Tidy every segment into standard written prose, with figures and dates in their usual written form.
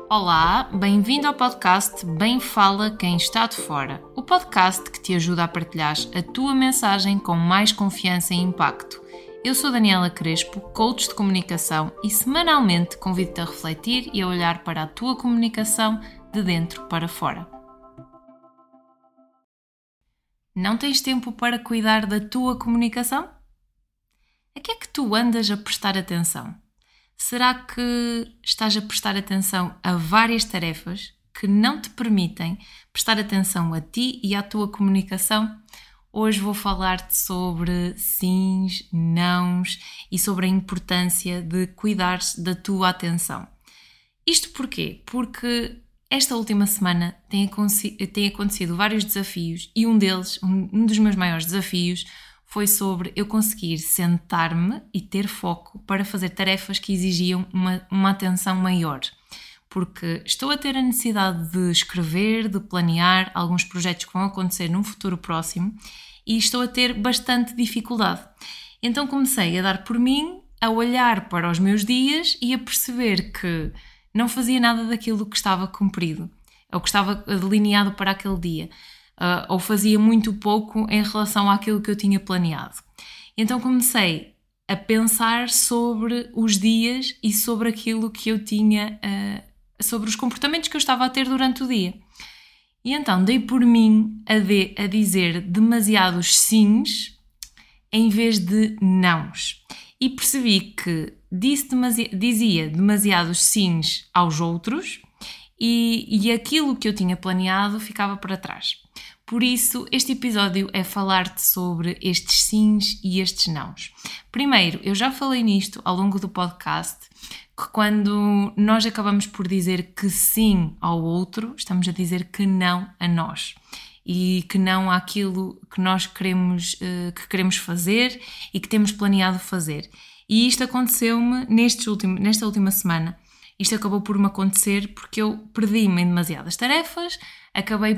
Olá, bem-vindo ao podcast Bem Fala Quem Está de Fora, o podcast que te ajuda a partilhar a tua mensagem com mais confiança e impacto. Eu sou Daniela Crespo, coach de comunicação e semanalmente convido-te a refletir e a olhar para a tua comunicação de dentro para fora. Não tens tempo para cuidar da tua comunicação? A que é que tu andas a prestar atenção? Será que estás a prestar atenção a várias tarefas que não te permitem prestar atenção a ti e à tua comunicação? Hoje vou falar-te sobre sims, nãos e sobre a importância de cuidares da tua atenção. Isto porquê? Porque esta última semana tem acontecido vários desafios e um deles, um dos meus maiores desafios, foi sobre eu conseguir sentar-me e ter foco para fazer tarefas que exigiam uma atenção maior. Porque estou a ter a necessidade de escrever, de planear alguns projetos que vão acontecer num futuro próximo e estou a ter bastante dificuldade. Então comecei a dar por mim, a olhar para os meus dias e a perceber que não fazia nada daquilo que estava cumprido, ou que estava delineado para aquele dia. Ou fazia muito pouco em relação àquilo que eu tinha planeado. Então comecei a pensar sobre os dias e sobre aquilo que eu tinha, sobre os comportamentos que eu estava a ter durante o dia. E então dei por mim a dizer demasiados sims em vez de nãos. E percebi que dizia demasiados sims aos outros e aquilo que eu tinha planeado ficava para trás. Por isso, este episódio é falar-te sobre estes sims e estes nãos. Primeiro, eu já falei nisto ao longo do podcast, que quando nós acabamos por dizer que sim ao outro, estamos a dizer que não a nós. E que não àquilo que nós queremos fazer e que temos planeado fazer. E isto aconteceu-me nesta última semana. Isto acabou por me acontecer porque eu perdi-me em demasiadas tarefas, acabei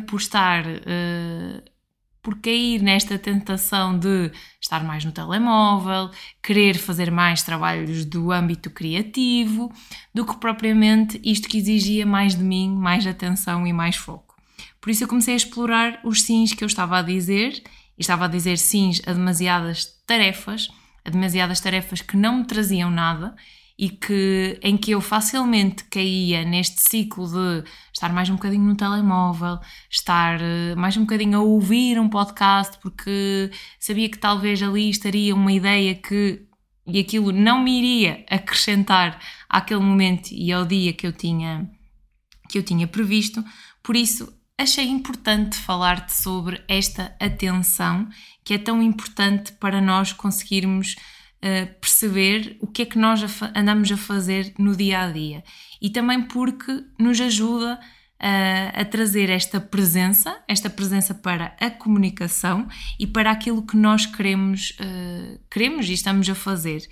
por cair nesta tentação de estar mais no telemóvel, querer fazer mais trabalhos do âmbito criativo, do que propriamente isto que exigia mais de mim, mais atenção e mais foco. Por isso eu comecei a explorar os sims que eu estava a dizer, e estava a dizer sims a demasiadas tarefas que não me traziam nada, e em que eu facilmente caía neste ciclo de estar mais um bocadinho no telemóvel, estar mais um bocadinho a ouvir um podcast, porque sabia que talvez ali estaria uma ideia e aquilo não me iria acrescentar àquele momento e ao dia que eu tinha previsto. Por isso, achei importante falar-te sobre esta atenção que é tão importante para nós conseguirmos perceber o que é que nós andamos a fazer no dia-a-dia e também porque nos ajuda a trazer esta presença para a comunicação e para aquilo que nós queremos e estamos a fazer.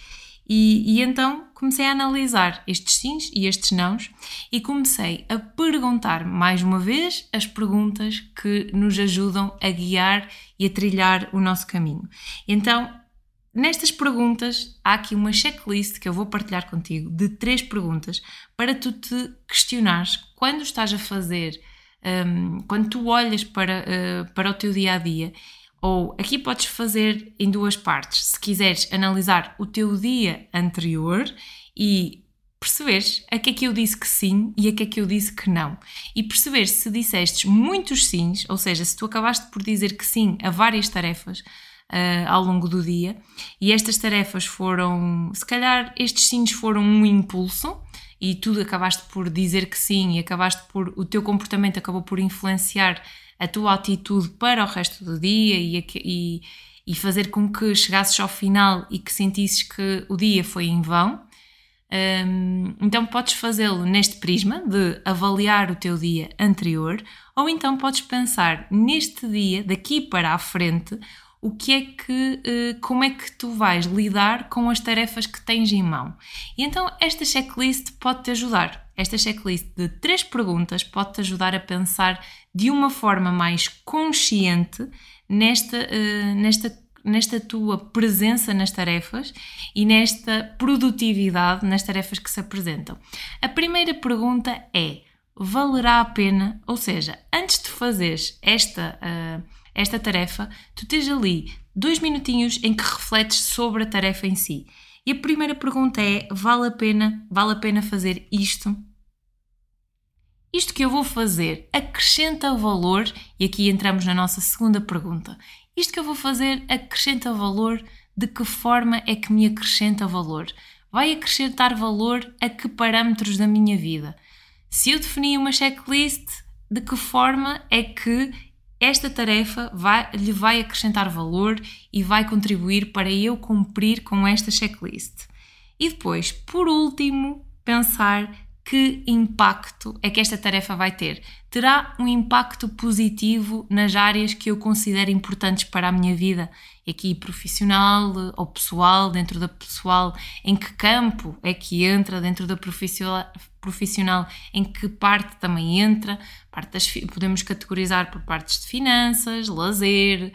E então comecei a analisar estes sims e estes nãos e comecei a perguntar mais uma vez as perguntas que nos ajudam a guiar e a trilhar o nosso caminho. Então, nestas perguntas, há aqui uma checklist que eu vou partilhar contigo de 3 perguntas para tu te questionares quando estás a fazer, quando tu olhas para o teu dia-a-dia, ou aqui podes fazer em 2 partes, se quiseres analisar o teu dia anterior e perceberes a que é que eu disse que sim e a que é que eu disse que não. E perceber se dissestes muitos sims, ou seja, se tu acabaste por dizer que sim a várias tarefas, ao longo do dia, e estas tarefas foram, se calhar estes sims foram um impulso e tu acabaste por dizer que sim e o teu comportamento acabou por influenciar a tua atitude para o resto do dia e fazer com que chegasses ao final e que sentisses que o dia foi em vão. Então podes fazê-lo neste prisma de avaliar o teu dia anterior, ou então podes pensar neste dia, daqui para a frente, como é que tu vais lidar com as tarefas que tens em mão. E então esta checklist pode-te ajudar. Esta checklist de 3 perguntas pode-te ajudar a pensar de uma forma mais consciente nesta tua presença nas tarefas e nesta produtividade nas tarefas que se apresentam. A primeira pergunta é: valerá a pena, ou seja, antes de fazeres esta tarefa, tu tens ali 2 minutinhos em que refletes sobre a tarefa em si. E a primeira pergunta é, vale a pena fazer isto? Isto que eu vou fazer acrescenta valor? E aqui entramos na nossa segunda pergunta. Isto que eu vou fazer acrescenta valor? De que forma é que me acrescenta valor? Vai acrescentar valor a que parâmetros da minha vida? Se eu definir uma checklist, de que forma é que esta tarefa lhe vai acrescentar valor e vai contribuir para eu cumprir com esta checklist? E depois, por último, pensar que impacto é que esta tarefa vai ter. Terá um impacto positivo nas áreas que eu considero importantes para a minha vida, aqui profissional ou pessoal, dentro da pessoal, em que campo é que entra, dentro da profissional, em que parte também entra, podemos categorizar por partes de finanças, lazer,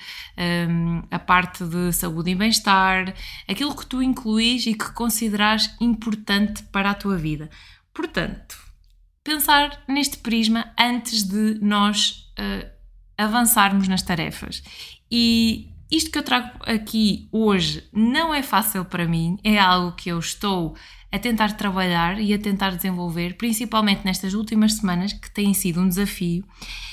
a parte de saúde e bem-estar, aquilo que tu incluís e que consideras importante para a tua vida. Portanto, pensar neste prisma antes de nós avançarmos nas tarefas. E isto que eu trago aqui hoje não é fácil para mim, é algo que eu estou a tentar trabalhar e a tentar desenvolver, principalmente nestas últimas semanas, que tem sido um desafio.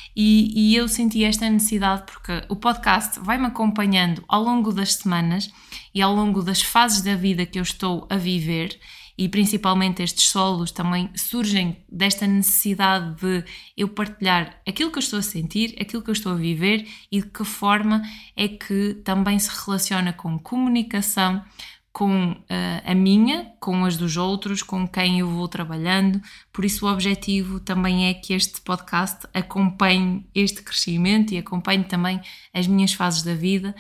E eu senti esta necessidade porque o podcast vai-me acompanhando ao longo das semanas e ao longo das fases da vida que eu estou a viver. E principalmente estes solos também surgem desta necessidade de eu partilhar aquilo que eu estou a sentir, aquilo que eu estou a viver e de que forma é que também se relaciona com comunicação, com a minha, com as dos outros, com quem eu vou trabalhando. Por isso o objetivo também é que este podcast acompanhe este crescimento e acompanhe também as minhas fases da vida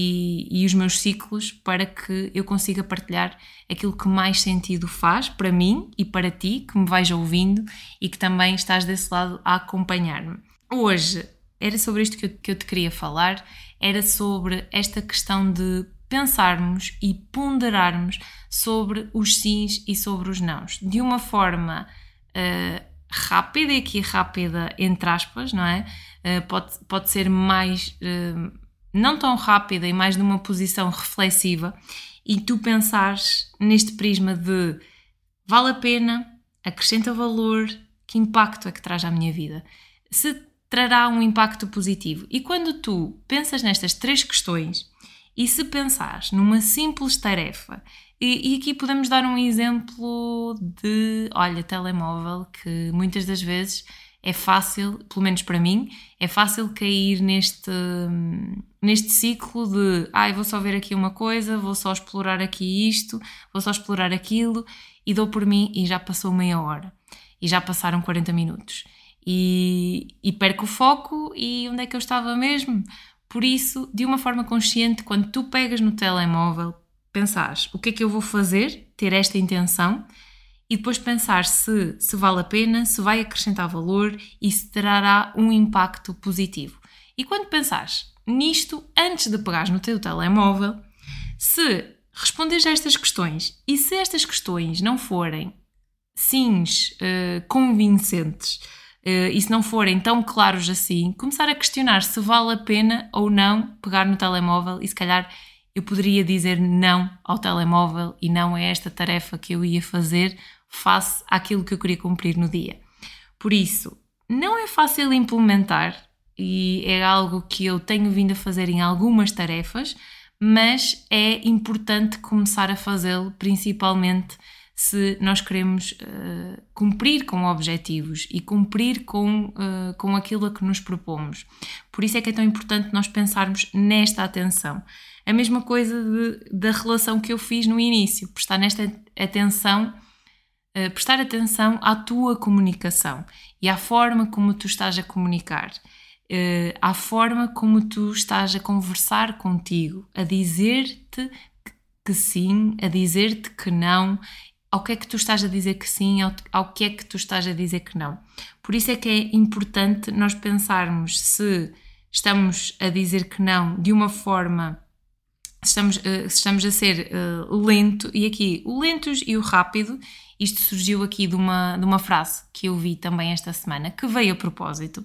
e os meus ciclos, para que eu consiga partilhar aquilo que mais sentido faz para mim e para ti, que me vais ouvindo e que também estás desse lado a acompanhar-me. Hoje era sobre isto que eu te queria falar, era sobre esta questão de pensarmos e ponderarmos sobre os sims e sobre os nãos, de uma forma rápida, e aqui rápida entre aspas, não é? Pode ser mais, não tão rápida e mais numa posição reflexiva, e tu pensares neste prisma de vale a pena, acrescenta valor, que impacto é que traz à minha vida? Se trará um impacto positivo. E quando tu pensas nestas 3 questões, e se pensares numa simples tarefa, e aqui podemos dar um exemplo de, olha, telemóvel, que muitas das vezes é fácil, pelo menos para mim, é fácil cair neste ciclo de vou só ver aqui uma coisa, vou só explorar aqui isto, vou só explorar aquilo, e dou por mim e já passou meia hora, e já passaram 40 minutos, e perco o foco, e onde é que eu estava mesmo? Por isso, de uma forma consciente, quando tu pegas no telemóvel, pensares o que é que eu vou fazer, ter esta intenção, e depois pensar se vale a pena, se vai acrescentar valor e se trará um impacto positivo. E quando pensares nisto, antes de pegares no teu telemóvel, se responderes a estas questões, e se estas questões não forem sims convincentes, e se não forem tão claros assim, começar a questionar se vale a pena ou não pegar no telemóvel, e se calhar eu poderia dizer não ao telemóvel e não a esta tarefa que eu ia fazer face àquilo que eu queria cumprir no dia. Por isso, não é fácil implementar, e é algo que eu tenho vindo a fazer em algumas tarefas, mas é importante começar a fazê-lo, principalmente se nós queremos cumprir com da e cumprir com aquilo a que nos propomos. Por isso é que é tão importante nós pensarmos nesta atenção. A mesma coisa da relação que eu fiz no início, prestar atenção à tua comunicação e à forma como tu estás a comunicar, à forma como tu estás a conversar contigo, a dizer-te que sim, a dizer-te que não, ao que é que tu estás a dizer que sim, ao que é que tu estás a dizer que não. Por isso é que é importante nós pensarmos se estamos a dizer que não de uma forma, se estamos a ser lento, e aqui o lento e o rápido, Isto surgiu aqui de uma frase que eu vi também esta semana, que veio a propósito,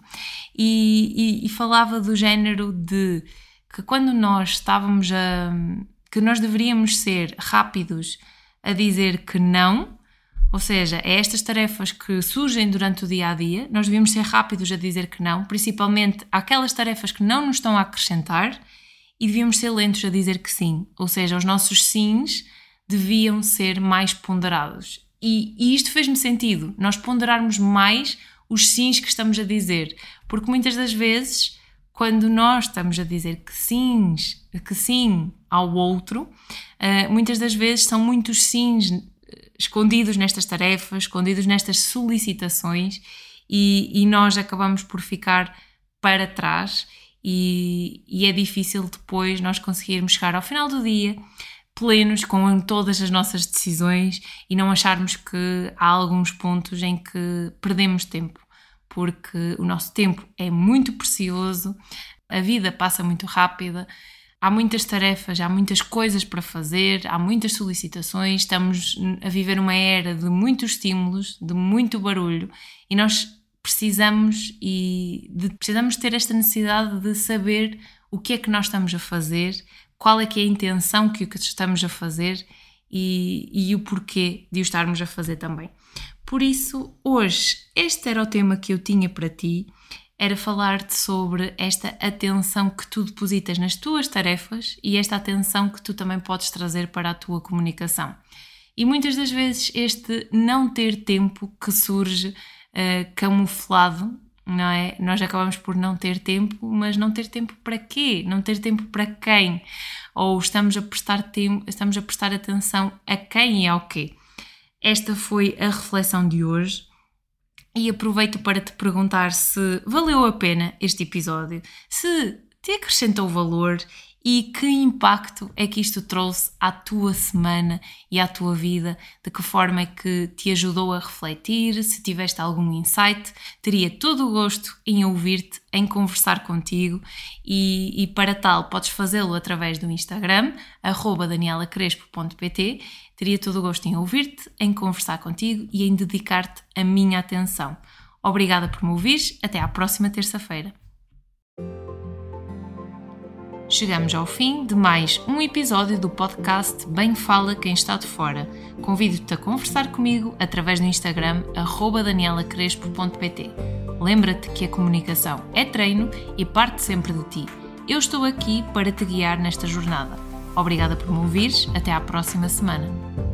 e falava do género de que quando nós estávamos que nós deveríamos ser rápidos a dizer que não, ou seja, é estas tarefas que surgem durante o dia-a-dia, nós devíamos ser rápidos a dizer que não, principalmente aquelas tarefas que não nos estão a acrescentar, e devíamos ser lentos a dizer que sim, ou seja, os nossos sims deviam ser mais ponderados. E isto fez-me sentido, nós ponderarmos mais os sims que estamos a dizer, porque muitas das vezes, quando nós estamos a dizer que sim ao outro, muitas das vezes são muitos sims escondidos nestas tarefas, escondidos nestas solicitações, e nós acabamos por ficar para trás, e é difícil depois nós conseguirmos chegar ao final do dia plenos com todas as nossas decisões e não acharmos que há alguns pontos em que perdemos tempo, porque o nosso tempo é muito precioso, a vida passa muito rápida, há muitas tarefas, há muitas coisas para fazer, há muitas solicitações, estamos a viver uma era de muitos estímulos, de muito barulho, e nós precisamos ter esta necessidade de saber o que é que nós estamos a fazer, qual é que é a intenção que estamos a fazer e o porquê de o estarmos a fazer também. Por isso, hoje, este era o tema que eu tinha para ti, era falar-te sobre esta atenção que tu depositas nas tuas tarefas e esta atenção que tu também podes trazer para a tua comunicação. E muitas das vezes este não ter tempo que surge camuflado, não é? Nós acabamos por não ter tempo, mas não ter tempo para quê? Não ter tempo para quem? Ou estamos a prestar atenção a quem e ao quê? Esta foi a reflexão de hoje e aproveito para te perguntar se valeu a pena este episódio, se te acrescentou valor e que impacto é que isto trouxe à tua semana e à tua vida, de que forma é que te ajudou a refletir, se tiveste algum insight, teria todo o gosto em ouvir-te, em conversar contigo e para tal podes fazê-lo através do Instagram, @danielacrespo.pt, teria todo o gosto em ouvir-te, em conversar contigo e em dedicar-te a minha atenção. Obrigada por me ouvires, até à próxima terça-feira. Chegamos ao fim de mais um episódio do podcast Bem Fala Quem Está de Fora. Convido-te a conversar comigo através do Instagram @danielacrespo.pt. Lembra-te que a comunicação é treino e parte sempre de ti. Eu estou aqui para te guiar nesta jornada. Obrigada por me ouvires, até à próxima semana.